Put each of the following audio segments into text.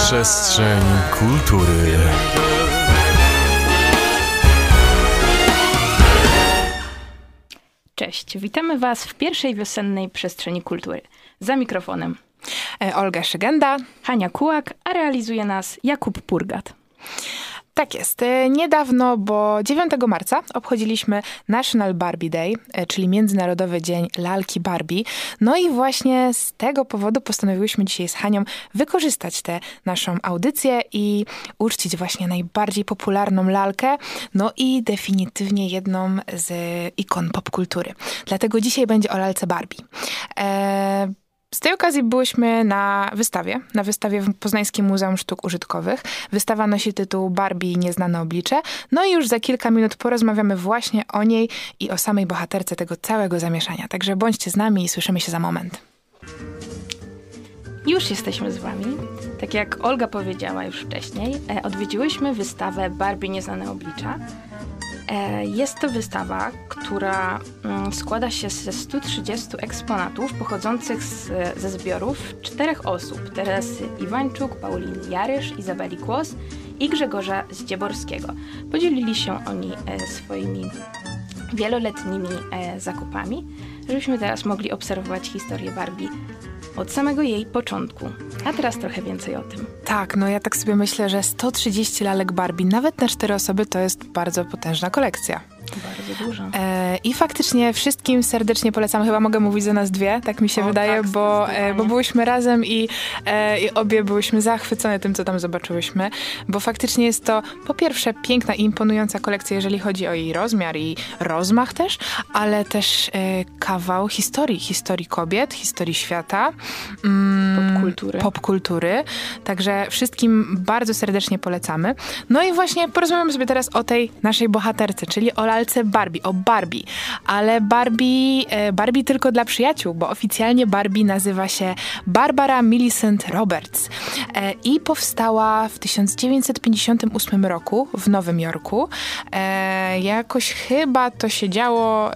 Przestrzeń kultury. Cześć, witamy Was w pierwszej wiosennej przestrzeni kultury. Za mikrofonem Olga Szygenda, Hania Kułak, a realizuje nas Jakub Purgat. Tak jest. Niedawno, bo 9 marca obchodziliśmy National Barbie Day, czyli Międzynarodowy Dzień Lalki Barbie. No i właśnie z tego powodu postanowiłyśmy dzisiaj z Hanią wykorzystać tę naszą audycję i uczcić właśnie najbardziej popularną lalkę, no i definitywnie jedną z ikon popkultury. Dlatego dzisiaj będzie o lalce Barbie. Z tej okazji byłyśmy na wystawie w Poznańskim Muzeum Sztuk Użytkowych. Wystawa nosi tytuł Barbie Nieznane oblicze. No i już za kilka minut porozmawiamy właśnie o niej i o samej bohaterce tego całego zamieszania. Także bądźcie z nami i słyszymy się za moment. Już jesteśmy z Wami. Tak jak Olga powiedziała już wcześniej, odwiedziłyśmy wystawę Barbie Nieznane oblicza. Jest to wystawa, która składa się ze 130 eksponatów pochodzących ze zbiorów 4 osób. Teresy Iwańczuk, Pauliny Jarysz, Izabeli Kłos i Grzegorza Zdzieborskiego. Podzielili się oni swoimi wieloletnimi zakupami, żebyśmy teraz mogli obserwować historię Barbie od samego jej początku. A teraz trochę więcej o tym. Tak, no ja tak sobie myślę, że 130 lalek Barbie, nawet na 4 osoby, to jest bardzo potężna kolekcja. Bardzo dużo. I faktycznie wszystkim serdecznie polecam. Chyba mogę mówić za nas dwie, tak mi się wydaje, tak, bo byłyśmy razem i obie byłyśmy zachwycone tym, co tam zobaczyłyśmy, bo faktycznie jest to po pierwsze piękna i imponująca kolekcja, jeżeli chodzi o jej rozmiar i rozmach też, ale też kawał historii kobiet, historii świata, popkultury. Także wszystkim bardzo serdecznie polecamy. No i właśnie porozmawiamy sobie teraz o tej naszej bohaterce, czyli o lalce Barbie, o Barbie. Ale Barbie tylko dla przyjaciół, bo oficjalnie Barbie nazywa się Barbara Millicent Roberts i powstała w 1958 roku w Nowym Jorku. Jakoś chyba to się działo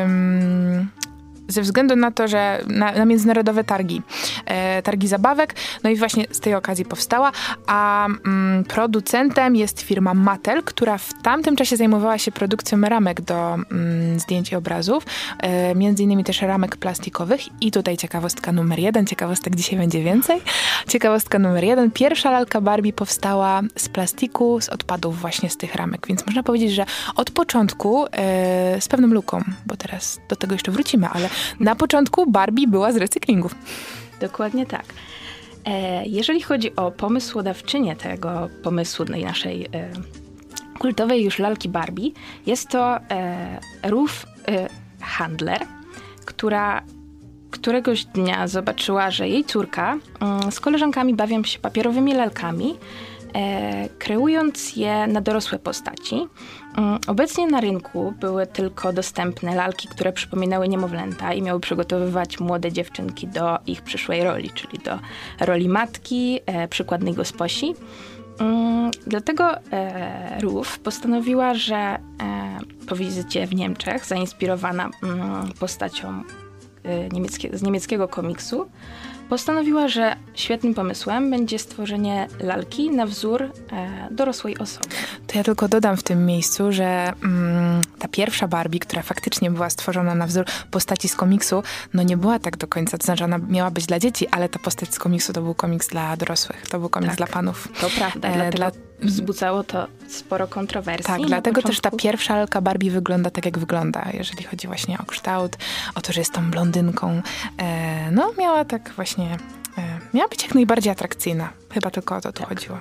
ze względu na to, że na międzynarodowe targi zabawek, no i właśnie z tej okazji powstała, a producentem jest firma Mattel, która w tamtym czasie zajmowała się produkcją ramek do zdjęć i obrazów, między innymi też ramek plastikowych i tutaj ciekawostka numer 1, ciekawostek dzisiaj będzie więcej. Ciekawostka numer 1, pierwsza lalka Barbie powstała z plastiku, z odpadów właśnie z tych ramek, więc można powiedzieć, że od początku z pewną luką, bo teraz do tego jeszcze wrócimy, ale na początku Barbie była z recyklingów. Dokładnie tak. Jeżeli chodzi o pomysłodawczynię tego pomysłu naszej kultowej już lalki Barbie, jest to Ruth Handler, która któregoś dnia zobaczyła, że jej córka z koleżankami bawią się papierowymi lalkami, kreując je na dorosłe postaci. Obecnie na rynku były tylko dostępne lalki, które przypominały niemowlęta i miały przygotowywać młode dziewczynki do ich przyszłej roli, czyli do roli matki, przykładnej gosposi. Dlatego Ruth postanowiła, że po wizycie w Niemczech, zainspirowana postacią z niemieckiego komiksu, postanowiła, że świetnym pomysłem będzie stworzenie lalki na wzór dorosłej osoby. To ja tylko dodam w tym miejscu, że ta pierwsza Barbie, która faktycznie była stworzona na wzór postaci z komiksu, no nie była tak do końca, to znaczy ona miała być dla dzieci, ale ta postać z komiksu to był komiks dla dorosłych, to był komiks dla panów. To prawda, wzbudzało to sporo kontrowersji. Tak, dlatego też ta pierwsza lalka Barbie wygląda tak, jak wygląda, jeżeli chodzi właśnie o kształt, o to, że jest tą blondynką. No miała tak właśnie, miała być jak najbardziej atrakcyjna. Chyba tylko o to tu chodziło.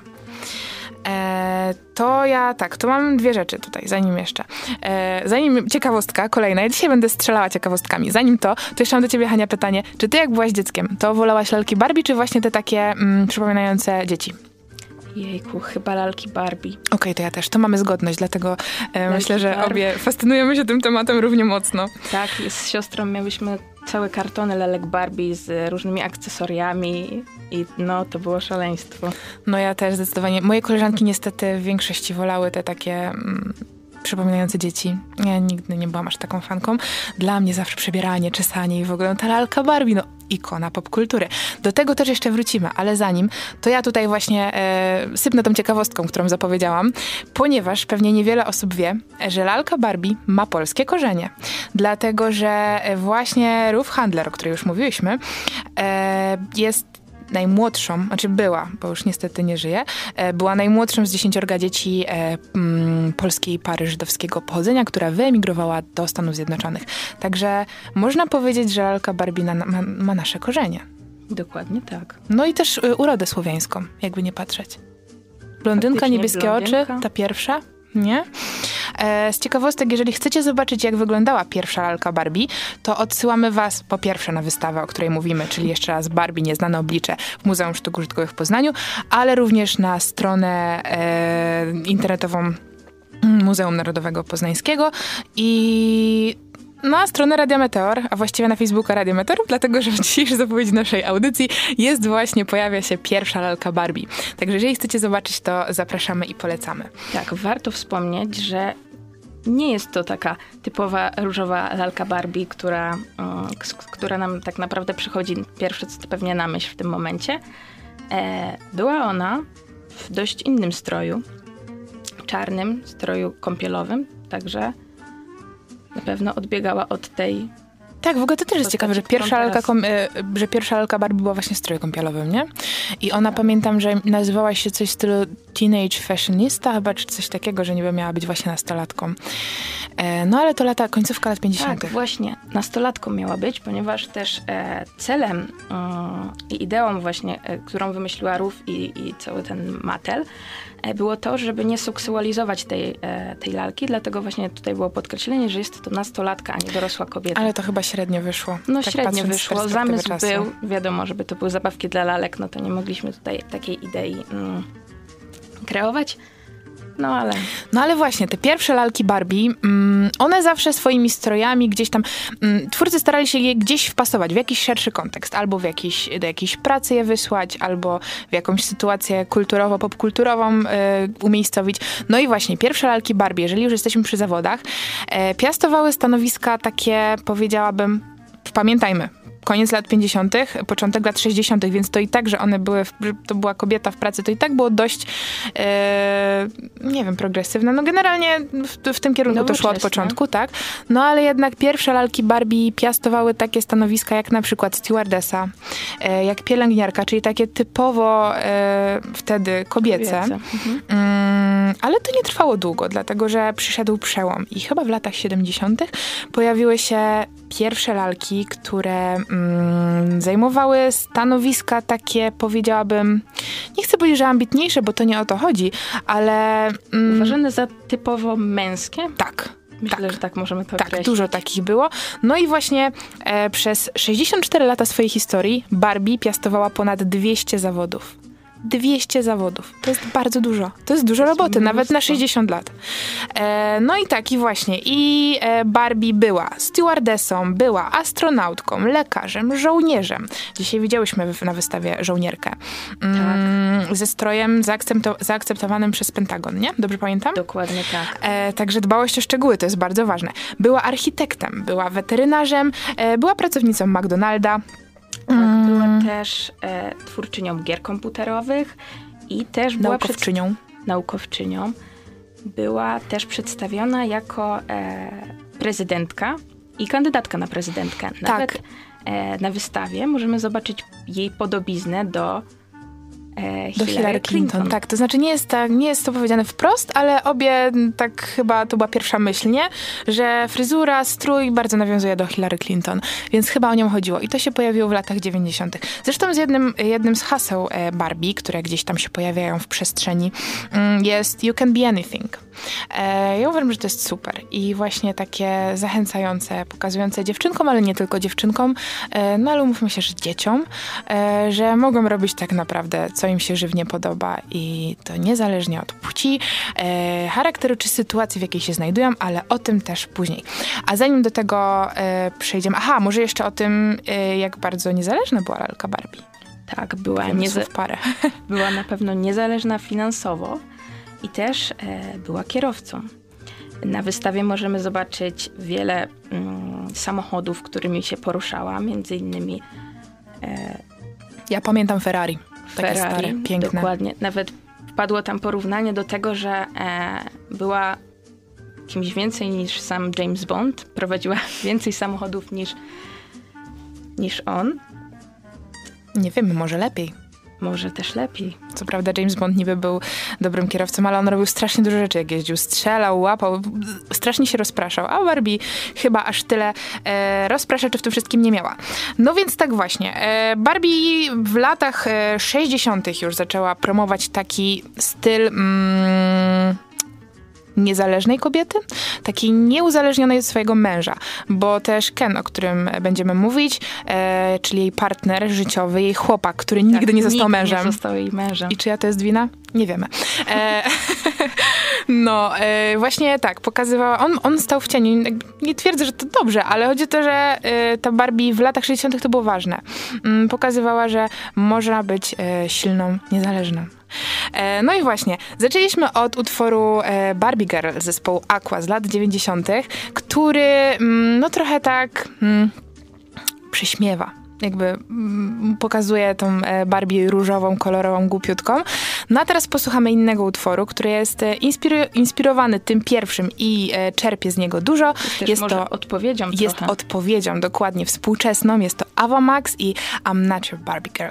To mam dwie rzeczy tutaj, zanim ciekawostka kolejna, ja dzisiaj będę strzelała ciekawostkami. Zanim to jeszcze mam do ciebie, Hania, pytanie, czy ty jak byłaś dzieckiem, to wolałaś lalki Barbie, czy właśnie te takie przypominające dzieci? Jejku, chyba lalki Barbie. Okej, to ja też. To mamy zgodność, dlatego myślę, że obie fascynujemy się tym tematem równie mocno. Tak, z siostrą miałyśmy całe kartony lalek Barbie z różnymi akcesoriami i no, to było szaleństwo. No ja też zdecydowanie. Moje koleżanki niestety w większości wolały te takie przypominające dzieci. Ja nigdy nie byłam aż taką fanką. Dla mnie zawsze przebieranie, czesanie i w ogóle ta lalka Barbie, no ikona popkultury. Do tego też jeszcze wrócimy, ale zanim, to ja tutaj właśnie sypnę tą ciekawostką, którą zapowiedziałam, ponieważ pewnie niewiele osób wie, że lalka Barbie ma polskie korzenie. Dlatego, że właśnie Ruth Handler, o której już mówiłyśmy, jest najmłodszą, znaczy była, bo już niestety nie żyje, była najmłodszą z 10 dzieci polskiej pary żydowskiego pochodzenia, która wyemigrowała do Stanów Zjednoczonych. Także można powiedzieć, że lalka Barbie ma nasze korzenie. Dokładnie tak. No i też urodę słowiańską, jakby nie patrzeć. Blondynka, Faktycznie niebieskie blondynka. oczy, ta pierwsza, nie? Z ciekawostek, jeżeli chcecie zobaczyć, jak wyglądała pierwsza lalka Barbie, to odsyłamy was po pierwsze na wystawę, o której mówimy, czyli jeszcze raz Barbie, Nieznane oblicze w Muzeum Sztuk Użytkowych w Poznaniu, ale również na stronę internetową Muzeum Narodowego Poznańskiego i na stronę Radia Meteor, a właściwie na Facebooka Radia Meteor, dlatego, że w dzisiejszej zapowiedzi naszej audycji pojawia się pierwsza lalka Barbie. Także jeżeli chcecie zobaczyć, to zapraszamy i polecamy. Tak, warto wspomnieć, że nie jest to taka typowa różowa lalka Barbie, która nam tak naprawdę przychodzi pierwsze co pewnie na myśl w tym momencie. Była ona w dość innym stroju, czarnym stroju kąpielowym, także na pewno odbiegała od tej... Tak, w ogóle to też jest ciekawe, że którą pierwsza lalka Barbie była właśnie w stroju kąpielowym, nie? I ona, pamiętam, że nazywała się coś w stylu Teenage Fashionista chyba, czy coś takiego, że niby miała być właśnie nastolatką. No ale to końcówka lat 50. Tak, właśnie, nastolatką miała być, ponieważ też celem i ideą właśnie, którą wymyśliła Ruth i cały ten Mattel, było to, żeby nie seksualizować tej lalki, dlatego właśnie tutaj było podkreślenie, że jest to nastolatka, a nie dorosła kobieta. Ale to chyba średnio wyszło. No tak średnio wyszło, zamysł czasu. był, wiadomo, żeby to były zabawki dla lalek, no to nie mogliśmy tutaj takiej idei kreować. No ale właśnie, te pierwsze lalki Barbie, one zawsze swoimi strojami gdzieś tam, twórcy starali się je gdzieś wpasować w jakiś szerszy kontekst, albo do jakiejś pracy je wysłać, albo w jakąś sytuację popkulturową umiejscowić. No i właśnie, pierwsze lalki Barbie, jeżeli już jesteśmy przy zawodach, piastowały stanowiska takie, powiedziałabym, pamiętajmy, koniec lat 50., początek lat 60., więc to i tak, że one były, to była kobieta w pracy, to i tak było dość, nie wiem, progresywne. No generalnie w tym kierunku to szło od początku, tak? No ale jednak pierwsze lalki Barbie piastowały takie stanowiska jak na przykład stewardessa, jak pielęgniarka, czyli takie typowo wtedy kobiece. Ale to nie trwało długo, dlatego że przyszedł przełom i chyba w latach 70. pojawiły się pierwsze lalki, które zajmowały stanowiska takie, powiedziałabym, nie chcę powiedzieć, że ambitniejsze, bo to nie o to chodzi, ale... uważane za typowo męskie? Tak. Myślę, że tak możemy to określić. Tak, dużo takich było. No i właśnie przez 64 lata swojej historii Barbie piastowała ponad 200 zawodów. 200 zawodów. To jest bardzo dużo. To jest dużo roboty, nawet na 60 lat. No i tak, i właśnie. I Barbie była stewardessą, była astronautką, lekarzem, żołnierzem. Dzisiaj widziałyśmy na wystawie żołnierkę. Ze strojem zaakceptowanym przez Pentagon, nie? Dobrze pamiętam? Dokładnie tak. Także dbałość o szczegóły, to jest bardzo ważne. Była architektem, była weterynarzem, była pracownicą McDonalda. Była też twórczynią gier komputerowych i też była naukowczynią. Była też przedstawiona jako prezydentka i kandydatka na prezydentkę. Nawet na wystawie możemy zobaczyć jej podobiznę do Hillary Clinton. Tak, to znaczy nie jest to powiedziane wprost, ale obie, tak chyba to była pierwsza myśl, nie? Że fryzura, strój bardzo nawiązuje do Hillary Clinton, więc chyba o nią chodziło. I to się pojawiło w latach 90. Zresztą jednym z haseł Barbie, które gdzieś tam się pojawiają w przestrzeni, jest You can be anything. Ja uważam, że to jest super i właśnie takie zachęcające, pokazujące dziewczynkom, ale nie tylko dziewczynkom, no ale umówmy się, że dzieciom, że mogą robić tak naprawdę, co im się żywnie podoba i to niezależnie od płci, charakteru czy sytuacji, w jakiej się znajdują, ale o tym też później. A zanim do tego przejdziemy, może jeszcze o tym, jak bardzo niezależna była lalka Barbie. Tak, była była na pewno niezależna finansowo i też była kierowcą. Na wystawie możemy zobaczyć wiele samochodów, którymi się poruszała, między innymi Ja pamiętam Ferrari. Takie Ferrari, stare, piękne. dokładnie. Nawet wpadło tam porównanie do tego, że była kimś więcej niż sam James Bond. Prowadziła więcej samochodów niż on. Nie wiemy, może lepiej. Może też lepiej. Co prawda James Bond niby był dobrym kierowcą, ale on robił strasznie dużo rzeczy, jak jeździł. Strzelał, łapał, strasznie się rozpraszał. A Barbie chyba aż tyle rozpraszaczy w tym wszystkim nie miała. No więc tak właśnie. Barbie w latach 60. już zaczęła promować taki styl niezależnej kobiety, takiej nieuzależnionej od swojego męża, bo też Ken, o którym będziemy mówić, czyli jej partner życiowy, jej chłopak, który nigdy nie został mężem. Nie został jej mężem. I czyja to jest wina? Nie wiemy. Właśnie tak, pokazywała, on stał w cieniu. Nie twierdzę, że to dobrze, ale chodzi o to, że ta Barbie w latach 60. to było ważne. Pokazywała, że można być silną, niezależną. No i właśnie, zaczęliśmy od utworu Barbie Girl zespołu Aqua z lat 90., który no trochę tak prześmiewa. Jakby pokazuje tą Barbie różową, kolorową, głupiutką. No a teraz posłuchamy innego utworu, który jest inspirowany tym pierwszym i czerpie z niego dużo. Jest to odpowiedzią Jest trochę. odpowiedzią, dokładnie, współczesną. Jest to Ava Max i I'm Not Your Barbie Girl.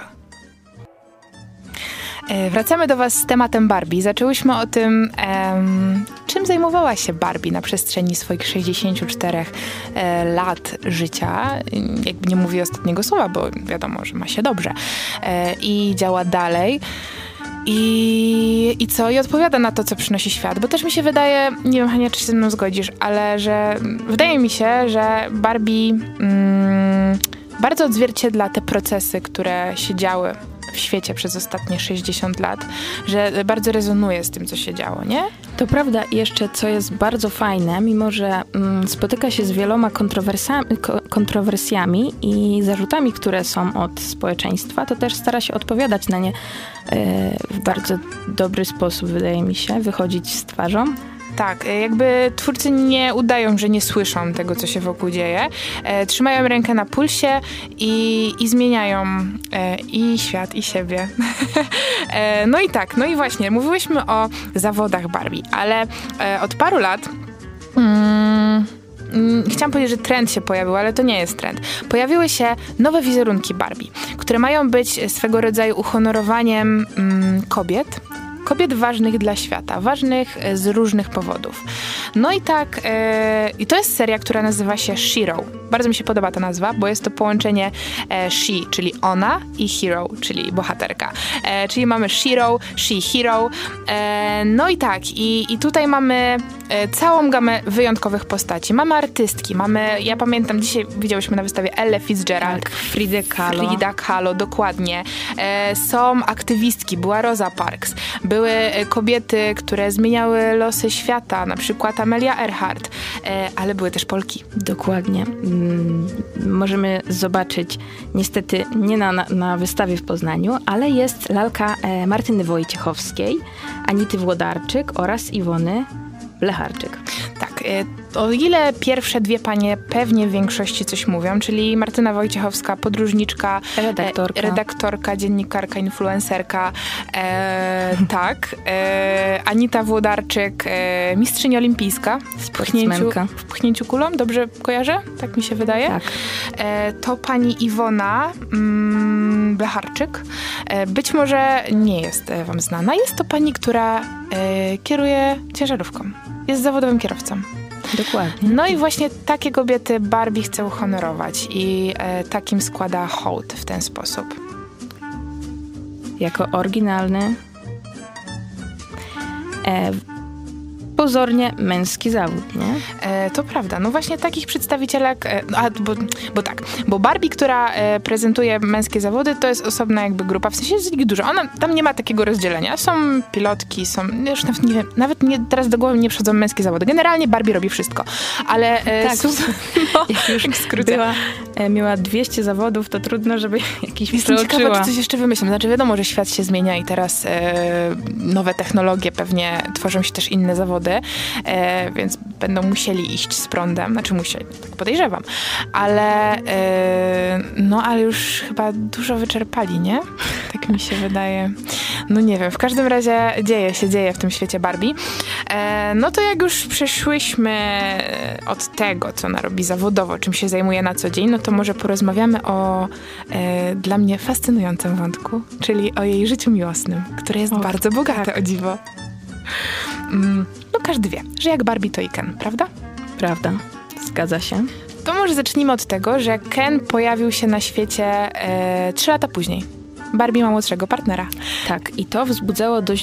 Wracamy do was z tematem Barbie. Zaczęłyśmy o tym, czym zajmowała się Barbie na przestrzeni swoich 64 lat życia. Jakby nie mówię ostatniego słowa, bo wiadomo, że ma się dobrze. I działa dalej. I co? I odpowiada na to, co przynosi świat. Bo też mi się wydaje, nie wiem, Hania, czy się ze mną zgodzisz, ale że wydaje mi się, że Barbie bardzo odzwierciedla te procesy, które się działy w świecie przez ostatnie 60 lat, że bardzo rezonuje z tym, co się działo, nie? To prawda. I jeszcze, co jest bardzo fajne, mimo że spotyka się z wieloma kontrowersjami i zarzutami, które są od społeczeństwa, to też stara się odpowiadać na nie w bardzo dobry sposób, wydaje mi się, wychodzić z twarzą. Tak, jakby twórcy nie udają, że nie słyszą tego, co się wokół dzieje. Trzymają rękę na pulsie i zmieniają i świat, i siebie. No i tak, no i właśnie, mówiłyśmy o zawodach Barbie, ale od paru lat chciałam powiedzieć, że trend się pojawił, ale to nie jest trend. Pojawiły się nowe wizerunki Barbie, które mają być swego rodzaju uhonorowaniem kobiet ważnych dla świata, ważnych z różnych powodów. No i tak, i to jest seria, która nazywa się Shero. Bardzo mi się podoba ta nazwa, bo jest to połączenie she, czyli ona, i hero, czyli bohaterka. Czyli mamy Shero, she hero. No i tak, i tutaj mamy całą gamę wyjątkowych postaci. Mamy artystki, ja pamiętam, dzisiaj widziałyśmy na wystawie Elle Fitzgerald. Tak, Frida Kahlo, dokładnie. Są aktywistki, była Rosa Parks. Były kobiety, które zmieniały losy świata, na przykład Amelia Earhart, ale były też Polki. Dokładnie. Możemy zobaczyć, niestety nie na wystawie w Poznaniu, ale jest lalka Martyny Wojciechowskiej, Anity Włodarczyk oraz Iwony Blecharczyk. Tak, o ile pierwsze dwie panie pewnie w większości coś mówią, czyli Martyna Wojciechowska, podróżniczka, redaktorka, dziennikarka, influencerka, tak, Anita Włodarczyk, mistrzyni olimpijska w pchnięciu kulą, dobrze kojarzę? Tak mi się wydaje. Tak. To pani Iwona Blecharczyk, być może nie jest wam znana. Jest to pani, która kieruje ciężarówką. Jest zawodowym kierowcą. Dokładnie. No i właśnie takie kobiety Barbie chce uhonorować i takim składa hołd w ten sposób. Jako oryginalny, pozornie męski zawód, nie? To prawda. No właśnie takich przedstawicielek, bo Barbie, która prezentuje męskie zawody, to jest osobna jakby grupa, w sensie jest ich dużo. Tam nie ma takiego rozdzielenia. Są pilotki, już nawet nie wiem, teraz do głowy nie przychodzą męskie zawody. Generalnie Barbie robi wszystko, ale tak, jak już miała 200 zawodów, to trudno, żeby jakiś Jestem ciekawa, czy coś jeszcze wymyślę. Znaczy wiadomo, że świat się zmienia i teraz nowe technologie, pewnie tworzą się też inne zawody, wody, więc będą musieli iść z prądem, znaczy musieli, tak podejrzewam, ale już chyba dużo wyczerpali, nie? Tak mi się wydaje. No nie wiem, w każdym razie dzieje w tym świecie Barbie. No to jak już przeszłyśmy od tego, co ona robi zawodowo, czym się zajmuje na co dzień, no to może porozmawiamy o dla mnie fascynującym wątku, czyli o jej życiu miłosnym, które jest bardzo bogate, tak. O dziwo. No każdy wie, że jak Barbie to i Ken, prawda? Prawda, zgadza się. To może zacznijmy od tego, że Ken pojawił się na świecie 3 lata później. Barbie ma młodszego partnera. Tak, i to wzbudzało dość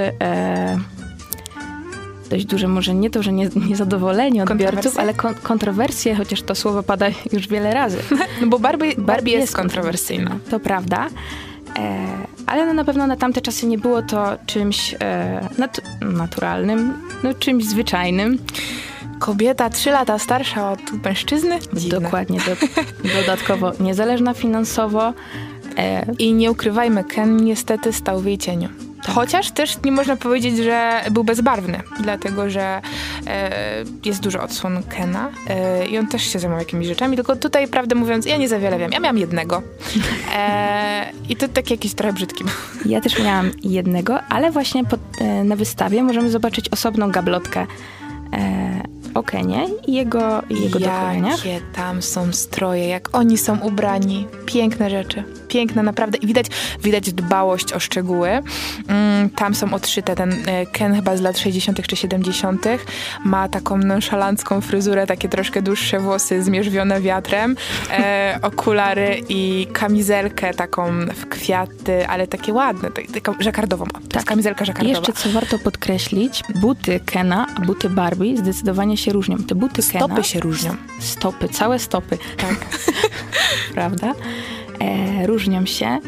duże, może nie to, że niezadowolenie odbiorców, ale kontrowersje, chociaż to słowo pada już wiele razy. No bo Barbie jest kontrowersyjna. To prawda. Ale no na pewno na tamte czasy nie było to czymś naturalnym, czymś zwyczajnym. Kobieta 3 lata starsza od mężczyzny? Dziwne. Dokładnie. Dodatkowo niezależna finansowo. I nie ukrywajmy, Ken niestety stał w jej cieniu. Tak. Chociaż też nie można powiedzieć, że był bezbarwny, dlatego że jest dużo odsłon Kena i on też się zajmował jakimiś rzeczami, tylko tutaj, prawdę mówiąc, ja nie za wiele wiem. Ja miałam jednego i to taki jakiś trochę brzydki. Ja też miałam jednego, ale właśnie na wystawie możemy zobaczyć osobną gablotkę o Kenie i jego dokonaniach. Jakie tam są stroje, jak oni są ubrani. Piękne rzeczy. Piękne, naprawdę. I widać dbałość o szczegóły. Tam są odszyte. Ten Ken chyba z lat 60. czy 70. ma taką nonszalancką fryzurę, takie troszkę dłuższe włosy zmierzwione wiatrem, okulary i kamizelkę taką w kwiaty, ale takie ładne, taką żakardową. To jest kamizelka żakardowa. Jeszcze co warto podkreślić, buty Kena, a buty Barbie zdecydowanie się różnią. Te buty Kena... Stopy się różnią. Stopy, całe stopy. Tak. Prawda? Różnią się.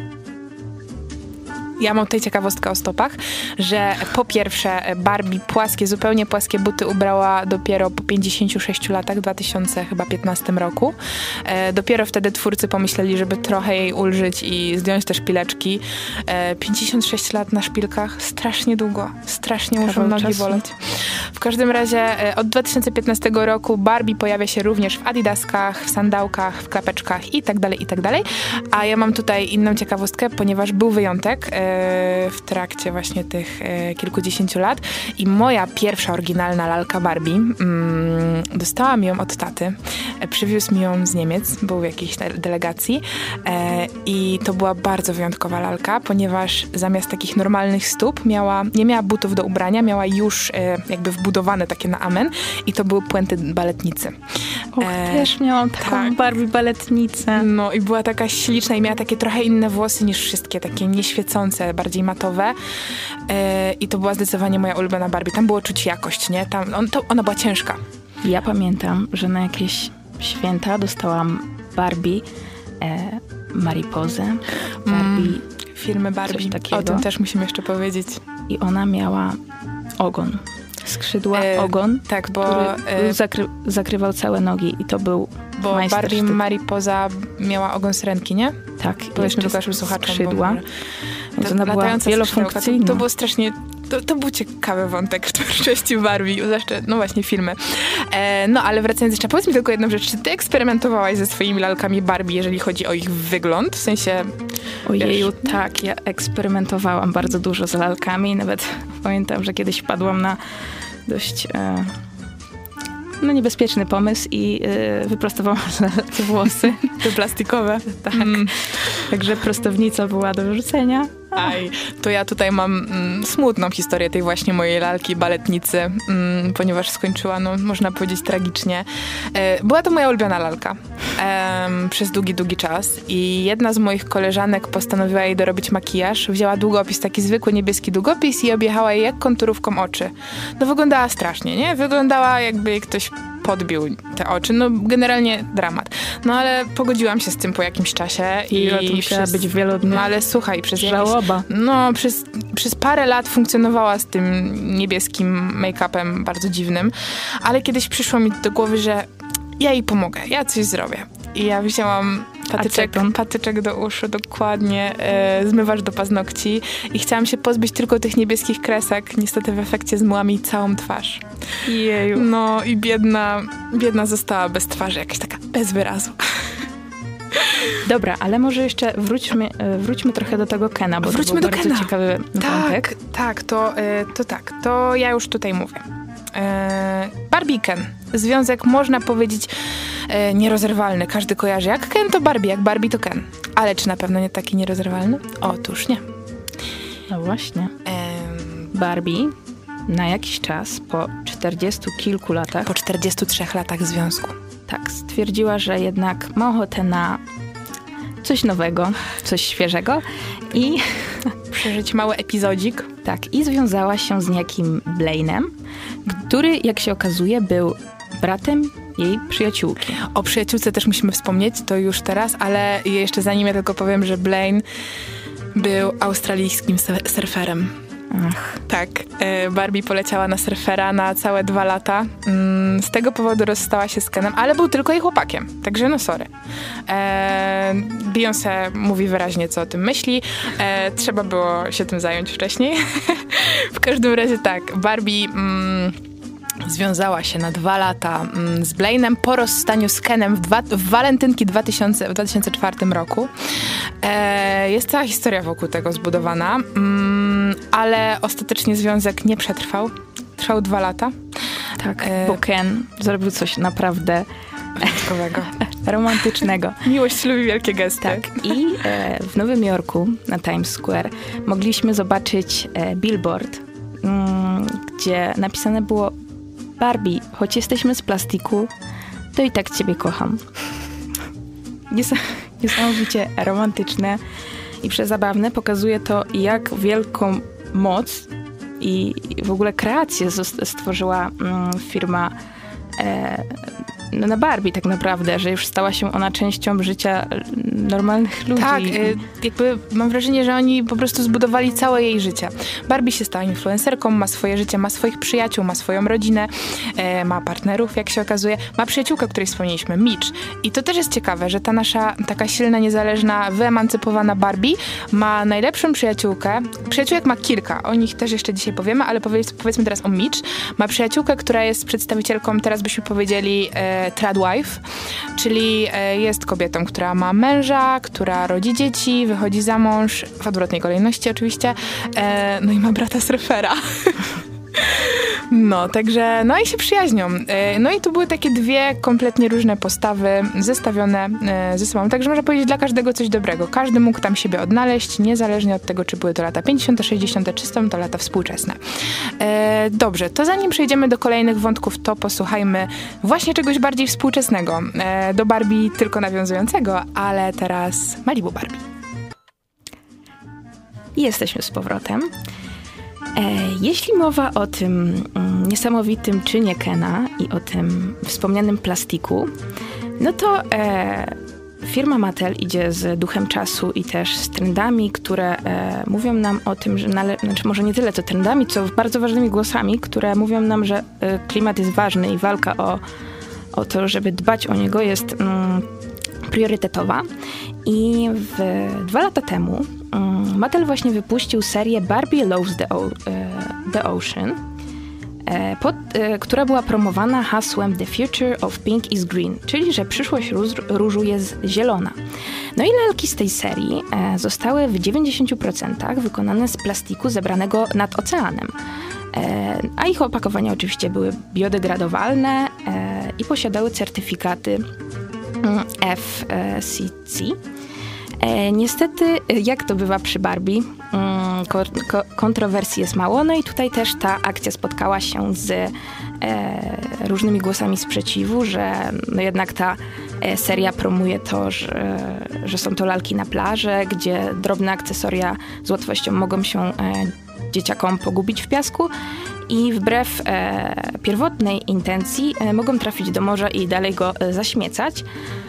Ja mam tutaj ciekawostkę o stopach, że po pierwsze Barbie zupełnie płaskie buty ubrała dopiero po 56 latach, w 2015 roku. Dopiero wtedy twórcy pomyśleli, żeby trochę jej ulżyć i zdjąć te szpileczki. 56 lat na szpilkach, strasznie długo, strasznie muszą nogi boleć. W każdym razie od 2015 roku Barbie pojawia się również w adidaskach, w sandałkach, w klapeczkach i tak dalej. A ja mam tutaj inną ciekawostkę, ponieważ był wyjątek w trakcie właśnie tych kilkudziesięciu lat i moja pierwsza oryginalna lalka Barbie, dostałam ją od taty, przywiózł mi ją z Niemiec, był w jakiejś delegacji i to była bardzo wyjątkowa lalka, ponieważ zamiast takich normalnych stóp nie miała butów do ubrania, miała już jakby wbudowane takie na amen i to były puenty baletnicy. Też miałam taką Barbie baletnicę. No i była taka śliczna i miała takie trochę inne włosy niż wszystkie, takie nieświecące, bardziej matowe. I to była zdecydowanie moja ulubiona Barbie. Tam było czuć jakość, nie? Ona była ciężka. Ja pamiętam, że na jakieś święta dostałam Barbie, Maripozę, Barbie, firmy Barbie. O tym też musimy jeszcze powiedzieć. I ona miała ogon. Skrzydła, ogon, tak, bo który zakrywał całe nogi i to był bo Barbie Maripoza miała ogon syrenki, nie? Tak. Powiedzmy tylko naszym słuchaczom. Skrzydła. Więc ona była wielofunkcyjna. To było strasznie... To był ciekawy wątek w twórczości Barbie, zwłaszcza, no właśnie, filmy. No, ale wracając jeszcze, powiedz mi tylko jedną rzecz. Czy ty eksperymentowałaś ze swoimi lalkami Barbie, jeżeli chodzi o ich wygląd? W sensie... Ojeju, tak. Ja eksperymentowałam bardzo dużo z lalkami. Nawet pamiętam, że kiedyś wpadłam na dość... niebezpieczny pomysł i wyprostowałam te włosy. Te plastikowe. Tak. Także prostownica była do wyrzucenia. To ja tutaj mam smutną historię tej właśnie mojej lalki baletnicy, ponieważ skończyła, można powiedzieć, tragicznie. Była to moja ulubiona lalka przez długi czas i jedna z moich koleżanek postanowiła jej dorobić makijaż. Wzięła długopis, taki zwykły niebieski długopis i objechała jej jak konturówką oczy. Wyglądała strasznie, nie? Wyglądała, jakby ktoś podbił te oczy. Generalnie dramat. Ale pogodziłam się z tym po jakimś czasie. I musiała być wielodnie. Ale słuchaj, żałoba. Przez parę lat funkcjonowała z tym niebieskim make-upem bardzo dziwnym, ale kiedyś przyszło mi do głowy, że ja jej pomogę, ja coś zrobię. I ja wzięłam Patyczek do uszu, dokładnie. Zmywasz do paznokci i chciałam się pozbyć tylko tych niebieskich kresek. Niestety w efekcie zmyła mi całą twarz. Jeju. No i biedna została bez twarzy, jakaś taka bez wyrazu. Dobra, ale może jeszcze wróćmy trochę do tego Kena, bo wróćmy to był bardzo ciekawy wątek. To ja już tutaj mówię. Barbie i Ken. Związek, można powiedzieć, nierozerwalny. Każdy kojarzy. Jak Ken to Barbie, jak Barbie to Ken. Ale czy na pewno nie taki nierozerwalny? Otóż nie. No właśnie. Barbie na jakiś czas, po 40 kilku latach... Po 43 latach związku. Tak, stwierdziła, że jednak ma ochotę na coś nowego, coś świeżego i... Przeżyć mały epizodzik. Tak, i związała się z niejakim Blaine'em, który, jak się okazuje, był bratem jej przyjaciółki. O przyjaciółce też musimy wspomnieć, to już teraz, ale jeszcze zanim ja tylko powiem, że Blaine był australijskim surferem. Ach. Tak, Barbie poleciała na surfera na całe 2 lata. Z tego powodu rozstała się z Kenem, ale był tylko jej chłopakiem, także no sorry. Beyoncé mówi wyraźnie, co o tym myśli. Trzeba było się tym zająć wcześniej. W każdym razie tak, Barbie związała się na 2 lata z Blaine'em po rozstaniu z Kenem w walentynki w 2004 roku. Jest cała historia wokół tego zbudowana, ale ostatecznie związek nie przetrwał. Trwał 2 lata. Tak, bo Ken zrobił coś naprawdę wyjątkowego, romantycznego. Miłość lubi wielkie gesty. Tak, i w Nowym Jorku na Times Square mogliśmy zobaczyć billboard, gdzie napisane było: Barbie, choć jesteśmy z plastiku, to i tak ciebie kocham. Niesamowicie romantyczne i przezabawne. Pokazuje to, jak wielką moc i w ogóle kreację stworzyła firma na Barbie tak naprawdę, że już stała się ona częścią życia normalnych ludzi. Tak, jakby mam wrażenie, że oni po prostu zbudowali całe jej życie. Barbie się stała influencerką, ma swoje życie, ma swoich przyjaciół, ma swoją rodzinę, ma partnerów, jak się okazuje, ma przyjaciółkę, o której wspomnieliśmy, Mitch. I to też jest ciekawe, że ta nasza taka silna, niezależna, wyemancypowana Barbie ma najlepszą przyjaciółkę. Przyjaciółek ma kilka, o nich też jeszcze dzisiaj powiemy, ale powiedzmy teraz o Mitch. Ma przyjaciółkę, która jest przedstawicielką, teraz byśmy powiedzieli, tradwife, czyli jest kobietą, która ma męża, która rodzi dzieci, wychodzi za mąż, w odwrotnej kolejności oczywiście, no i ma brata surfera. No, także, no i się przyjaźnią. No i tu były takie 2 kompletnie różne postawy zestawione ze sobą. Także można powiedzieć, dla każdego coś dobrego. Każdy mógł tam siebie odnaleźć, niezależnie od tego, czy były to lata 50., 60., czy są to lata współczesne. Dobrze, to zanim przejdziemy do kolejnych wątków, to posłuchajmy właśnie czegoś bardziej współczesnego. Do Barbie tylko nawiązującego, ale teraz Malibu Barbie. I jesteśmy z powrotem. Jeśli mowa o tym niesamowitym czynie Kena i o tym wspomnianym plastiku, no to firma Mattel idzie z duchem czasu i też z trendami, które mówią nam o tym, że znaczy może nie tyle co trendami, co bardzo ważnymi głosami, które mówią nam, że klimat jest ważny i walka o to, żeby dbać o niego, jest priorytetowa. I 2 lata temu Mattel właśnie wypuścił serię Barbie Loves the Ocean, która była promowana hasłem The Future of Pink is Green, czyli że przyszłość różu jest zielona. No i lalki z tej serii zostały w 90% wykonane z plastiku zebranego nad oceanem. A ich opakowania oczywiście były biodegradowalne i posiadały certyfikaty FCC. Niestety, jak to bywa przy Barbie, kontrowersji jest mało, no i tutaj też ta akcja spotkała się z różnymi głosami sprzeciwu, że no jednak ta seria promuje to, że są to lalki na plaży, gdzie drobne akcesoria z łatwością mogą się dzieciakom pogubić w piasku i wbrew pierwotnej intencji mogą trafić do morza i dalej go zaśmiecać.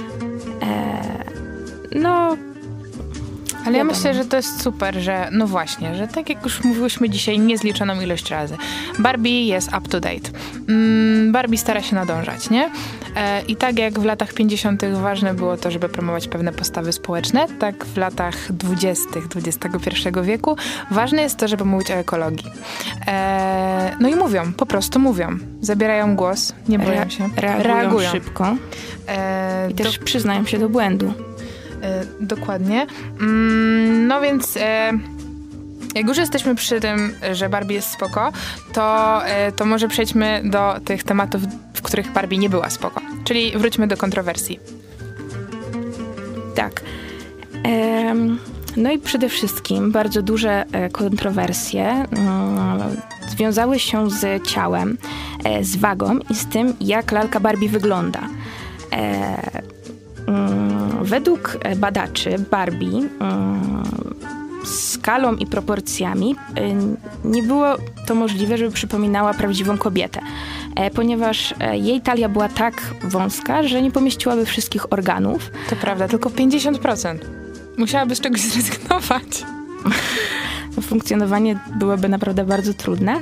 No... Ale ja myślę, że to jest super, że no właśnie, że tak jak już mówiłyśmy dzisiaj niezliczoną ilość razy, Barbie jest up to date. Barbie stara się nadążać, nie? I tak jak w latach 50. ważne było to, żeby promować pewne postawy społeczne, tak w latach 20. XXI wieku ważne jest to, żeby mówić o ekologii. No i mówią, po prostu mówią. Zabierają głos, nie boją się. Reagują szybko. I też przyznają się do błędu. Dokładnie. No więc jak już jesteśmy przy tym, że Barbie jest spoko, to może przejdźmy do tych tematów, w których Barbie nie była spoko. Czyli wróćmy do kontrowersji. Tak. No i przede wszystkim bardzo duże kontrowersje związały się z ciałem, z wagą i z tym, jak lalka Barbie wygląda. Według badaczy Barbie skalą i proporcjami nie było to możliwe, żeby przypominała prawdziwą kobietę, ponieważ jej talia była tak wąska, że nie pomieściłaby wszystkich organów. To prawda, tylko 50%. Musiałaby z czegoś zrezygnować. Funkcjonowanie byłoby naprawdę bardzo trudne.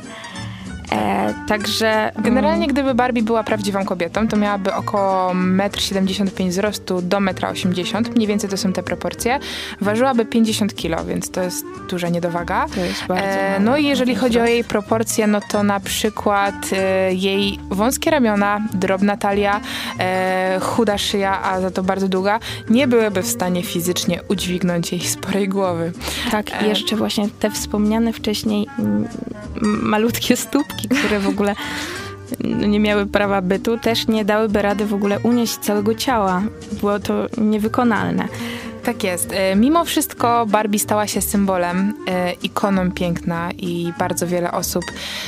Także generalnie gdyby Barbie była prawdziwą kobietą, to miałaby około 1,75 m wzrostu do 1,80 m. Mniej więcej to są te proporcje. Ważyłaby 50 kg, więc to jest duża niedowaga. To jest bardzo no i jeżeli chodzi o jej proporcje, no to na przykład jej wąskie ramiona, drobna talia, chuda szyja, a za to bardzo długa, nie byłyby w stanie fizycznie udźwignąć jej sporej głowy. Tak, i jeszcze właśnie te wspomniane wcześniej malutkie stópki, które w ogóle nie miały prawa bytu, też nie dałyby rady w ogóle unieść całego ciała. Było to niewykonalne. Tak jest. Mimo wszystko Barbie stała się symbolem, ikoną piękna i bardzo wiele osób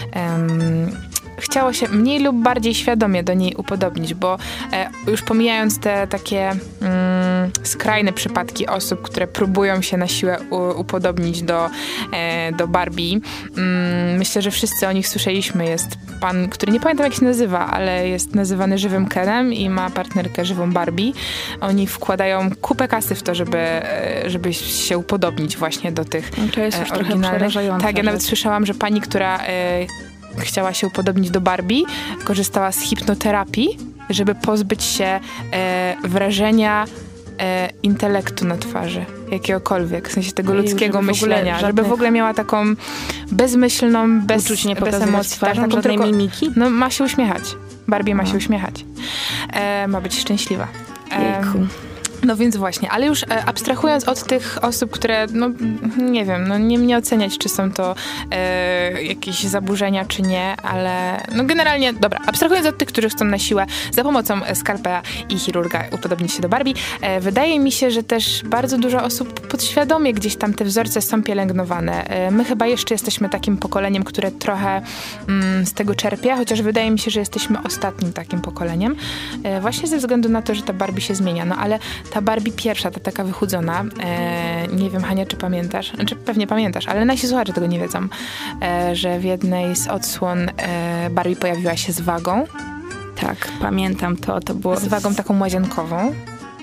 chciało się mniej lub bardziej świadomie do niej upodobnić, bo już pomijając te takie skrajne przypadki osób, które próbują się na siłę upodobnić do Barbie, myślę, że wszyscy o nich słyszeliśmy. Jest pan, który nie pamiętam jak się nazywa, ale jest nazywany żywym Kenem i ma partnerkę żywą Barbie. Oni wkładają kupę kasy w to, żeby się upodobnić właśnie do tych to jest już trochę przerażające. Tak, ja nawet słyszałam, że pani, która chciała się upodobnić do Barbie, korzystała z hipnoterapii, żeby pozbyć się wrażenia intelektu na twarzy, jakiegokolwiek, w sensie tego ludzkiego myślenia, żeby w ogóle miała taką bezmyślną, bez emocji, twarzą, taką żadnej mimiki. No ma się uśmiechać. Barbie ma się uśmiechać. Ma być szczęśliwa. Jejku. No więc właśnie, ale już abstrahując od tych osób, które, no nie wiem, no nie oceniać, czy są to jakieś zaburzenia, czy nie, ale no generalnie, dobra, abstrahując od tych, którzy chcą na siłę za pomocą skalpela i chirurga upodobnić się do Barbie, wydaje mi się, że też bardzo dużo osób podświadomie gdzieś tam te wzorce są pielęgnowane. My chyba jeszcze jesteśmy takim pokoleniem, które trochę z tego czerpie, chociaż wydaje mi się, że jesteśmy ostatnim takim pokoleniem, właśnie ze względu na to, że ta Barbie się zmienia, no ale ta Barbie pierwsza, ta taka wychudzona, nie wiem, Hania, czy pamiętasz? Znaczy, pewnie pamiętasz, ale nasi słuchacze tego nie wiedzą, że w jednej z odsłon Barbie pojawiła się z wagą. Tak, pamiętam to. To było z wagą taką łazienkową.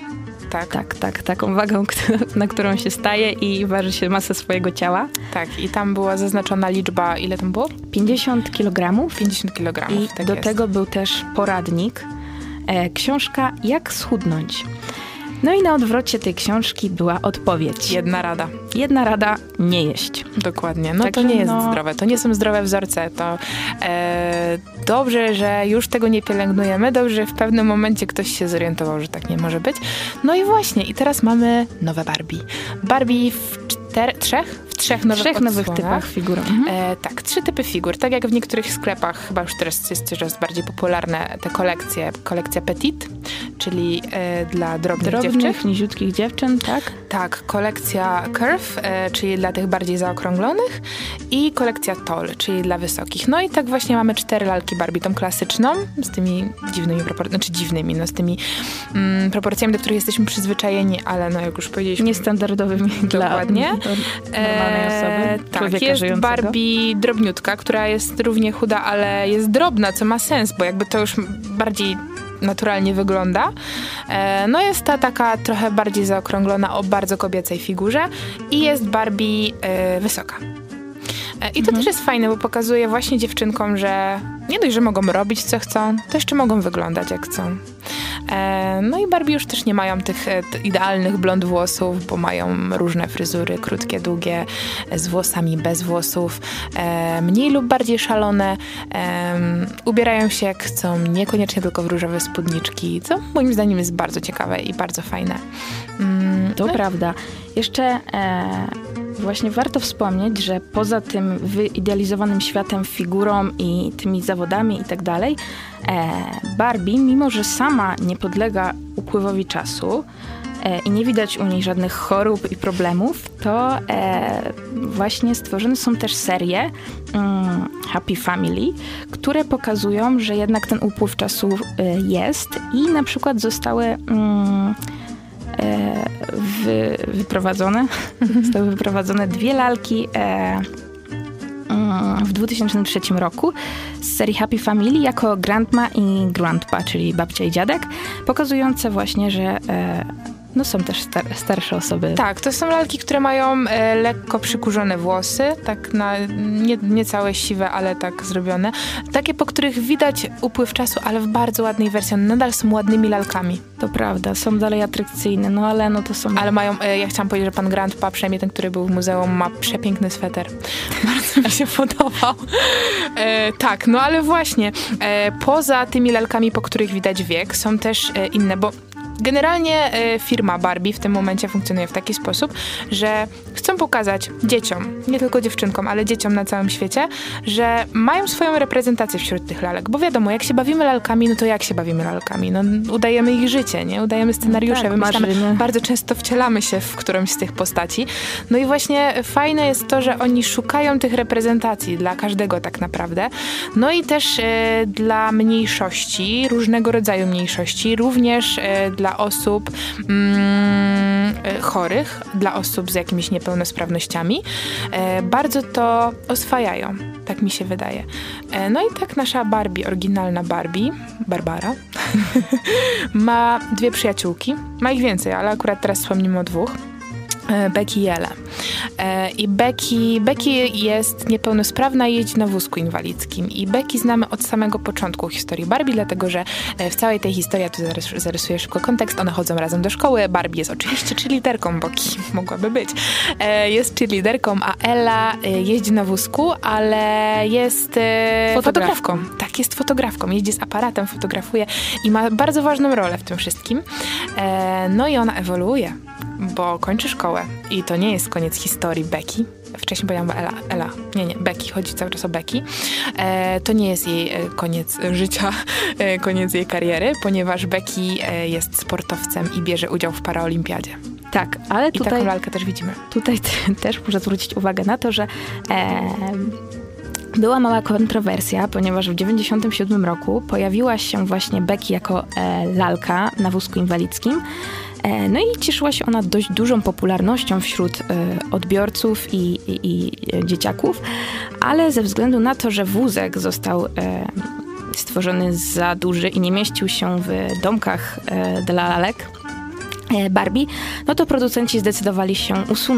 Tak, taką wagą, na którą się staje i waży się masę swojego ciała. Tak, i tam była zaznaczona liczba, ile tam było? 50 kg. 50 kg, I tak do jest. tego był też poradnik, książka Jak schudnąć. No i na odwrocie tej książki była odpowiedź. Jedna rada, nie jeść. Dokładnie. No to nie jest zdrowe. To nie są zdrowe wzorce. To dobrze, że już tego nie pielęgnujemy. Dobrze, że w pewnym momencie ktoś się zorientował, że tak nie może być. No i właśnie. I teraz mamy nowe Barbie. Barbie w trzech nowych typach figur. Tak, 3 typy figur. Tak jak w niektórych sklepach, chyba już teraz jest coraz bardziej popularne te kolekcje. Kolekcja Petite, czyli dla drobnych dziewczyn. Niziutkich dziewczyn, tak? Tak, kolekcja Curve, czyli dla tych bardziej zaokrąglonych i kolekcja Tall, czyli dla wysokich. No i tak właśnie mamy 4 lalki Barbie, tą klasyczną, z tymi dziwnymi proporcjami, z tymi proporcjami, do których jesteśmy przyzwyczajeni, ale no jak już powiedzieliśmy... Niestandardowymi dla normalnej osoby, tak, jest żyjącego. Barbie drobniutka, która jest równie chuda, ale jest drobna, co ma sens, bo jakby to już bardziej naturalnie wygląda. No jest ta taka trochę bardziej zaokrąglona o bardzo kobiecej figurze i jest Barbie wysoka. I to też jest fajne, bo pokazuje właśnie dziewczynkom, że nie dość, że mogą robić co chcą, to jeszcze mogą wyglądać jak chcą. No i Barbie już też nie mają tych idealnych blond włosów, bo mają różne fryzury, krótkie, długie, z włosami, bez włosów, mniej lub bardziej szalone, ubierają się jak chcą, niekoniecznie tylko w różowe spódniczki, co moim zdaniem jest bardzo ciekawe i bardzo fajne. To prawda. Jeszcze właśnie warto wspomnieć, że poza tym wyidealizowanym światem, figurą i tymi zawodami i tak dalej, Barbie, mimo że sama nie podlega upływowi czasu i nie widać u niej żadnych chorób i problemów, to właśnie stworzone są też serie Happy Family, które pokazują, że jednak ten upływ czasu jest i na przykład zostały zostały wyprowadzone 2 lalki w 2003 roku z serii Happy Family jako Grandma i Grandpa, czyli babcia i dziadek, pokazujące właśnie, że są też starsze osoby. Tak, to są lalki, które mają lekko przykurzone włosy, tak na nie całe siwe, ale tak zrobione. Takie, po których widać upływ czasu, ale w bardzo ładnej wersji. One nadal są ładnymi lalkami. To prawda, są dalej atrakcyjne, ale to są... Ale mają, ja chciałam powiedzieć, że pan Grandpa, przynajmniej ten, który był w muzeum, ma przepiękny sweter. Bardzo mi się podobał. Tak, ale właśnie, poza tymi lalkami, po których widać wiek, są też inne, bo generalnie firma Barbie w tym momencie funkcjonuje w taki sposób, że chcą pokazać dzieciom, nie tylko dziewczynkom, ale dzieciom na całym świecie, że mają swoją reprezentację wśród tych lalek. Bo wiadomo, jak się bawimy lalkami, no to jak się bawimy lalkami? No udajemy ich życie, nie? Udajemy scenariusze, tak, wymyślamy. marzymy. Bardzo często wcielamy się w którąś z tych postaci. No i właśnie fajne jest to, że oni szukają tych reprezentacji dla każdego tak naprawdę. No i też dla mniejszości, różnego rodzaju mniejszości, również dla osób chorych, dla osób z jakimiś niepełnosprawnościami. Bardzo to oswajają, tak mi się wydaje. No i tak nasza Barbie, oryginalna Barbie, Barbara, ma 2 przyjaciółki. Ma ich więcej, ale akurat teraz wspomnimy o 2. Becky i Ella. I Becky jest niepełnosprawna i jeździ na wózku inwalidzkim. I Becky znamy od samego początku historii Barbie, dlatego że w całej tej historii, ja tu zarysuję szybko kontekst, one chodzą razem do szkoły. Barbie jest oczywiście cheerleaderką, bo kim mogłaby być. Jest cheerleaderką, a Ella jeździ na wózku, ale jest fotografką. Tak, jest fotografką. Jeździ z aparatem, fotografuje i ma bardzo ważną rolę w tym wszystkim. No i ona ewoluuje, bo kończy szkołę i to nie jest koniec historii Becky. Wcześniej powiedziałam Ella. Nie, Becky. Chodzi cały czas o Becky. To nie jest jej koniec życia, koniec jej kariery, ponieważ Becky jest sportowcem i bierze udział w paraolimpiadzie. Tak, ale tutaj... I taką lalkę też widzimy. Tutaj też muszę zwrócić uwagę na to, że była mała kontrowersja, ponieważ w 1997 roku pojawiła się właśnie Becky jako lalka na wózku inwalidzkim. No i cieszyła się ona dość dużą popularnością wśród odbiorców i dzieciaków, ale ze względu na to, że wózek został stworzony za duży i nie mieścił się w domkach dla lalek Barbie, no to producenci zdecydowali się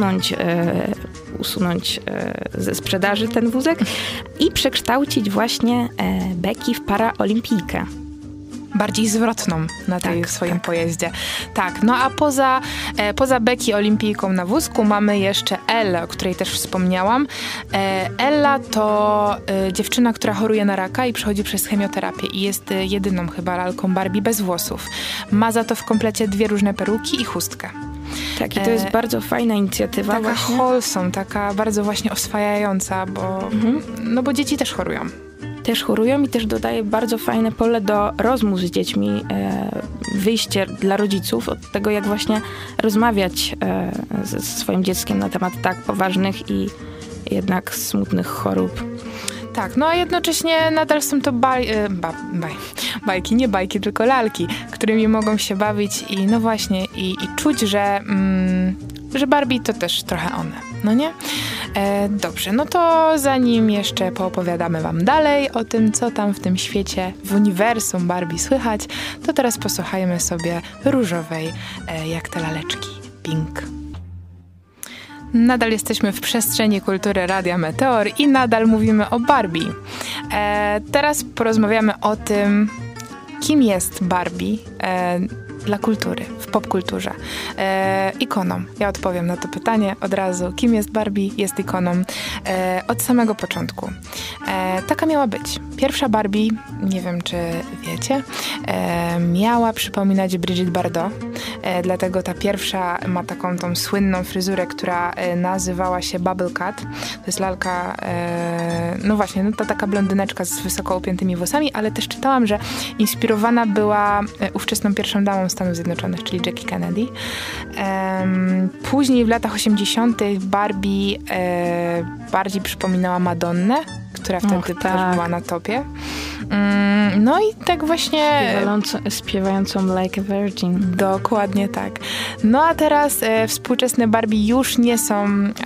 usunąć ze sprzedaży ten wózek i przekształcić właśnie Becky w paraolimpijkę. Bardziej zwrotną na tej swoim pojeździe. Tak, a poza Becky olimpijką na wózku mamy jeszcze Ellę, o której też wspomniałam. Ella to dziewczyna, która choruje na raka i przechodzi przez chemioterapię i jest jedyną chyba lalką Barbie bez włosów. Ma za to w komplecie 2 różne peruki i chustkę. Tak, i to jest bardzo fajna inicjatywa. Taka wholesome, taka bardzo właśnie oswajająca, bo dzieci też chorują. I też dodaje bardzo fajne pole do rozmów z dziećmi, wyjście dla rodziców od tego, jak właśnie rozmawiać ze swoim dzieckiem na temat tak poważnych i jednak smutnych chorób. Tak, a jednocześnie nadal są to bajki, nie bajki, tylko lalki, którymi mogą się bawić i no właśnie, i czuć, że Barbie to też trochę one, no nie? Dobrze, to zanim jeszcze poopowiadamy wam dalej o tym, co tam w tym świecie, w uniwersum Barbie słychać, to teraz posłuchajmy sobie różowej, jak te laleczki, Pink. Nadal jesteśmy w przestrzeni kultury Radia Meteor i nadal mówimy o Barbie. Teraz porozmawiamy o tym, kim jest Barbie dla kultury, w popkulturze. Ikoną. Ja odpowiem na to pytanie od razu. Kim jest Barbie? Jest ikoną od samego początku. Taka miała być. Pierwsza Barbie, nie wiem czy wiecie, miała przypominać Brigitte Bardot. Dlatego ta pierwsza ma taką tą słynną fryzurę, która nazywała się Bubble Cut. To jest lalka, no właśnie, no to taka blondyneczka z wysoko upiętymi włosami, ale też czytałam, że inspirowana była ówczesną pierwszą damą Stanów Zjednoczonych, czyli Jackie Kennedy. Później w latach 80. Barbie bardziej przypominała Madonnę, która wtedy też była na topie. No i tak właśnie... Śpiewającą Like a Virgin. Dokładnie tak. No a teraz współczesne Barbie już nie są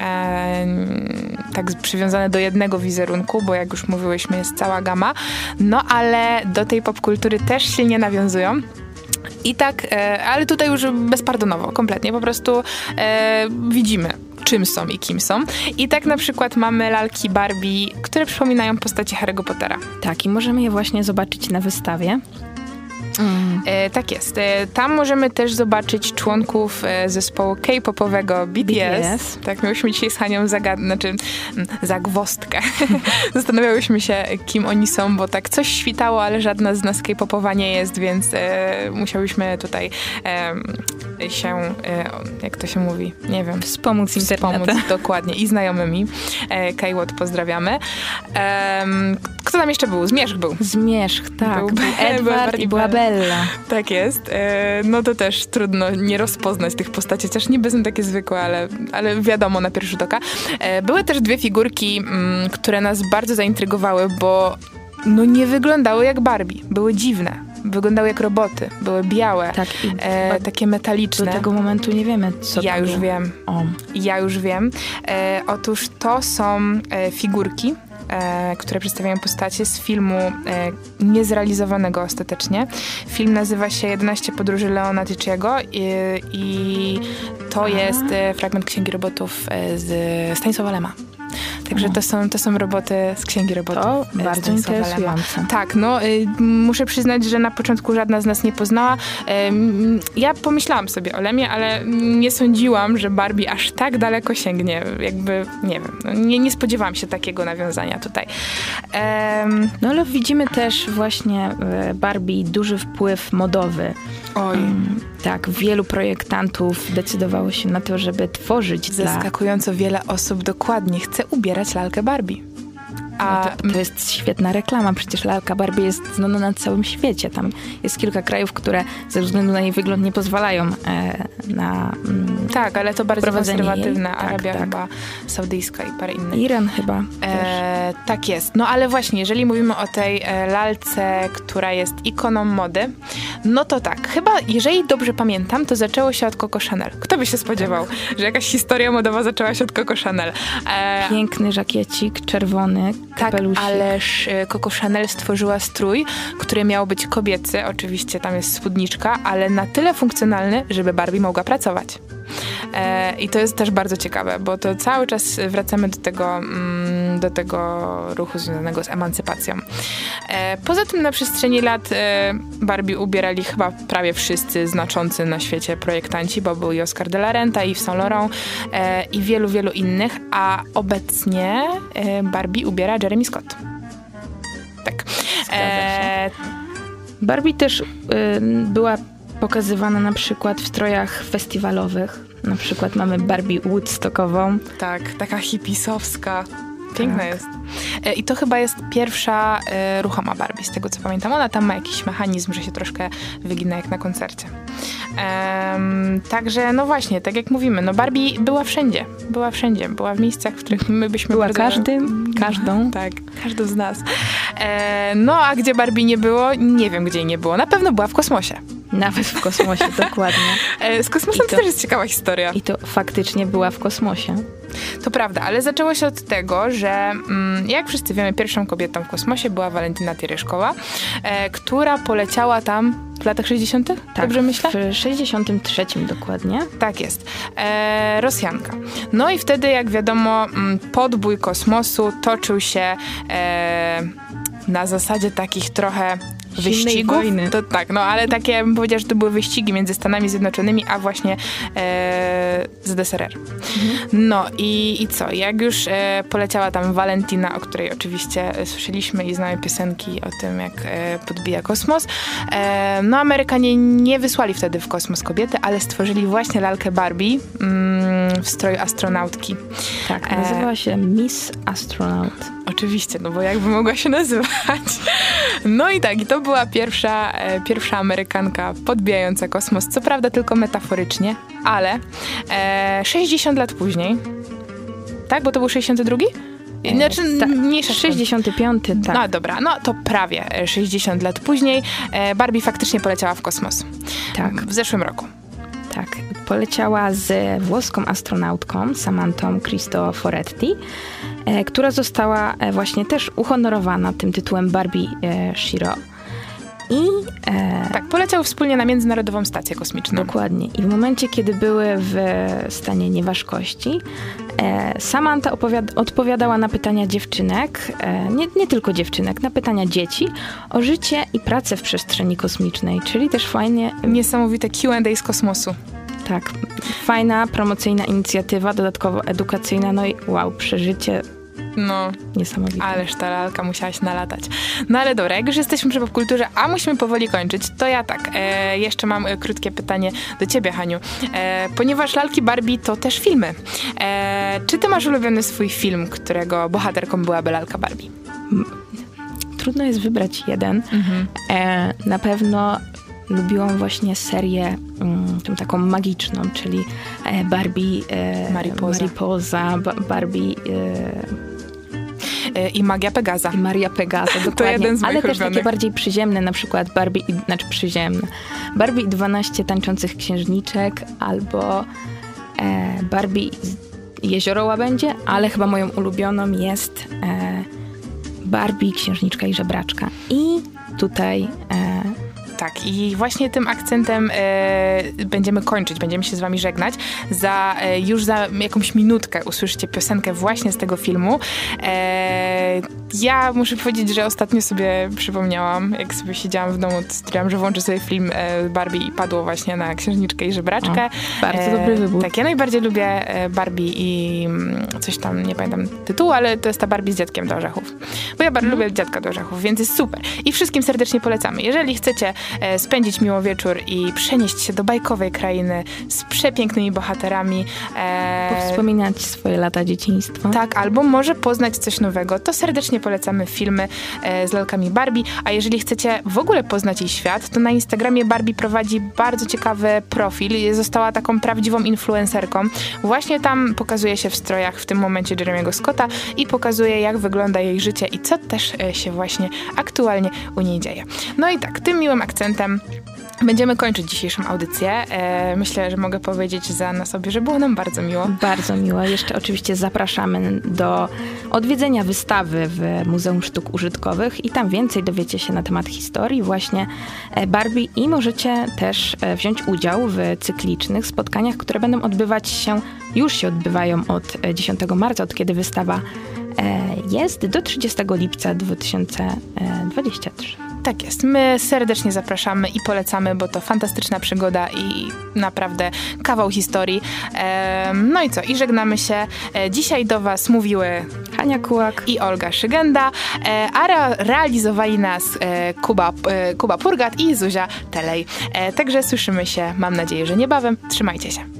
tak przywiązane do jednego wizerunku, bo jak już mówiłyśmy, jest cała gama. No ale do tej popkultury też silnie nawiązują. I tak, ale tutaj już bezpardonowo, kompletnie. Po prostu widzimy, czym są i kim są. I tak na przykład mamy lalki Barbie, które przypominają postaci Harry'ego Pottera. Tak, i możemy je właśnie zobaczyć na wystawie. Tak jest. Tam możemy też zobaczyć członków zespołu K-popowego BTS. Tak, miałyśmy dzisiaj z Hanią zagwozdkę. Zastanawiałyśmy się, kim oni są, bo tak coś świtało, ale żadna z nas K-popowa nie jest, więc musiałyśmy tutaj się, jak to się mówi, nie wiem. Wspomóc internetem. Dokładnie. I znajomymi. K-Watt pozdrawiamy. Kto tam jeszcze był? Zmierzch był. Zmierzch, tak. Był Edward i była Bella. Tak jest. No to też trudno nie rozpoznać tych postaci, chociaż niby są takie zwykłe, ale wiadomo na pierwszy rzut oka. Były też dwie figurki, które nas bardzo zaintrygowały, bo no nie wyglądały jak Barbie. Były dziwne. Wyglądały jak roboty. Były białe. Tak, takie metaliczne. Do tego momentu nie wiemy, co ja już wiem. Ja już wiem. Otóż to są figurki, które przedstawiają postacie z filmu niezrealizowanego ostatecznie. Film nazywa się 11 podróży Leona Ticciego i to jest fragment Księgi Robotów z Stanisława Lema. Także to są roboty z Księgi Robotów. To bardzo interesujące. Tak, no muszę przyznać, że na początku żadna z nas nie poznała. Ja pomyślałam sobie o Lemie, ale nie sądziłam, że Barbie aż tak daleko sięgnie. Jakby, nie wiem, no, nie spodziewałam się takiego nawiązania tutaj. No ale widzimy też właśnie Barbie duży wpływ modowy. Oj. Tak, wielu projektantów decydowało się na to, żeby tworzyć Zaskakująco wiele osób dokładnie chce ubierać lalkę Barbie. A to jest świetna reklama, przecież lalka Barbie jest znana na całym świecie. Tam jest kilka krajów, które ze względu na jej wygląd nie pozwalają na tak, ale to bardzo konserwatywna. Jej. Arabia tak. chyba saudyjska i parę innych. Iran chyba też. Tak jest. No ale właśnie, jeżeli mówimy o tej lalce, która jest ikoną mody, no to tak, chyba, jeżeli dobrze pamiętam, to zaczęło się od Coco Chanel. Kto by się spodziewał, że jakaś historia modowa zaczęła się od Coco Chanel? Piękny żakiecik, czerwony, kapelusik. Tak, ależ Coco Chanel stworzyła strój, który miał być kobiecy, oczywiście tam jest spódniczka, ale na tyle funkcjonalny, żeby Barbie mogła pracować. I to jest też bardzo ciekawe, bo to cały czas wracamy do tego ruchu związanego z emancypacją. Poza tym na przestrzeni lat Barbie ubierali chyba prawie wszyscy znaczący na świecie projektanci, bo był i Oscar de la Renta, i Yves Saint Laurent i wielu, wielu innych, a obecnie Barbie ubiera Jeremy Scott. Tak. Barbie też była pokazywana na przykład w strojach festiwalowych. Na przykład mamy Barbie Woodstockową. Tak, taka hipisowska. Piękna jest. I to chyba jest pierwsza ruchoma Barbie, z tego co pamiętam. Ona tam ma jakiś mechanizm, że się troszkę wygina jak na koncercie. Także no właśnie, tak jak mówimy, no Barbie była wszędzie. Była w miejscach, w których my byśmy... Była każdą. Tak, każdą z nas. No a gdzie Barbie nie było? Nie wiem, gdzie jej nie było. Na pewno była w kosmosie. Nawet w kosmosie, dokładnie. Z kosmosem to też jest ciekawa historia. I to faktycznie była w kosmosie. To prawda, ale zaczęło się od tego, że jak wszyscy wiemy, pierwszą kobietą w kosmosie była Walentyna Tereszkowa, która poleciała tam w latach 60. Tak, dobrze myślę? w 63 dokładnie. Tak jest. Rosjanka. No i wtedy, jak wiadomo, podbój kosmosu toczył się na zasadzie takich trochę wyścigów. Wojny. To tak, no ale takie, bym powiedziała, że to były wyścigi między Stanami Zjednoczonymi, a właśnie ZSRR. No i co? Jak już poleciała tam Walentina, o której oczywiście słyszeliśmy i znamy piosenki o tym, jak podbija kosmos. No Amerykanie nie wysłali wtedy w kosmos kobiety, ale stworzyli właśnie lalkę Barbie w stroju astronautki. Tak, nazywała się Miss Astronaut. Oczywiście, no bo jakby mogła się nazywać. No i tak, i to była pierwsza Amerykanka podbijająca kosmos, co prawda tylko metaforycznie, ale 60 lat później, tak, bo to był 62? Znaczy, mniejsza 65, tak. No dobra, no to prawie 60 lat później Barbie faktycznie poleciała w kosmos. Tak. W zeszłym roku. Tak, poleciała z włoską astronautką Samantą Cristoforetti, która została właśnie też uhonorowana tym tytułem Barbie Shiro. Tak, poleciał wspólnie na Międzynarodową Stację Kosmiczną. Dokładnie. I w momencie, kiedy były w stanie nieważkości, Samantha odpowiadała na pytania dziewczynek, nie tylko dziewczynek, na pytania dzieci o życie i pracę w przestrzeni kosmicznej, czyli też fajnie... Niesamowite Q&A z kosmosu. Tak, fajna, promocyjna inicjatywa, dodatkowo edukacyjna, no i wow, przeżycie No, niesamowite. ależ ta lalka musiała się nalatać. No ale dobra, jak już jesteśmy przy popkulturze, a musimy powoli kończyć, to ja tak, jeszcze mam krótkie pytanie do ciebie, Haniu. Ponieważ lalki Barbie to też filmy. Czy ty masz ulubiony swój film, którego bohaterką byłaby lalka Barbie? Trudno jest wybrać jeden. Na pewno lubiłam właśnie serię tą taką magiczną, czyli Barbie Mariposa, Barbie i Magia Pegaza. I Maria Pegaza, dokładnie. To jeden z moich ale też ulubionych. takie bardziej przyziemne, na przykład Barbie i 12 tańczących księżniczek, albo Barbie Jezioro Łabędzie, ale chyba moją ulubioną jest Barbie Księżniczka i Żebraczka. I tutaj... Tak, i właśnie tym akcentem będziemy kończyć, będziemy się z wami żegnać. Już za jakąś minutkę usłyszycie piosenkę właśnie z tego filmu. Ja muszę powiedzieć, że ostatnio sobie przypomniałam, jak sobie siedziałam w domu, stwierdziłam, że włączę sobie film Barbie i padło właśnie na Księżniczkę i Żebraczkę. Bardzo dobry wybór. Tak, ja najbardziej lubię Barbie i coś tam, nie pamiętam tytułu, ale to jest ta Barbie z dziadkiem do orzechów. Bo ja bardzo lubię dziadka do orzechów, więc jest super. I wszystkim serdecznie polecamy. Jeżeli chcecie spędzić miło wieczór i przenieść się do bajkowej krainy z przepięknymi bohaterami. Wspominać swoje lata dzieciństwa. Tak, albo może poznać coś nowego, to serdecznie polecamy filmy z lalkami Barbie. A jeżeli chcecie w ogóle poznać jej świat, to na Instagramie Barbie prowadzi bardzo ciekawy profil. Została taką prawdziwą influencerką. Właśnie tam pokazuje się w strojach w tym momencie Jeremiego Scotta i pokazuje, jak wygląda jej życie i co też się właśnie aktualnie u niej dzieje. No i tak, tym miłym akcentem będziemy kończyć dzisiejszą audycję. Myślę, że mogę powiedzieć za nas obie, że było nam bardzo miło. Bardzo miło. Jeszcze oczywiście zapraszamy do odwiedzenia wystawy w Muzeum Sztuk Użytkowych i tam więcej dowiecie się na temat historii właśnie Barbie i możecie też wziąć udział w cyklicznych spotkaniach, które będą już się odbywają od 10 marca, od kiedy wystawa jest, do 30 lipca 2023. Tak jest. My serdecznie zapraszamy i polecamy, bo to fantastyczna przygoda i naprawdę kawał historii. No i co? I żegnamy się. Dzisiaj do was mówiły Hania Kułak i Olga Szygenda, a realizowali nas Kuba Purgat i Zuzia Telej. Także słyszymy się, mam nadzieję, że niebawem. Trzymajcie się.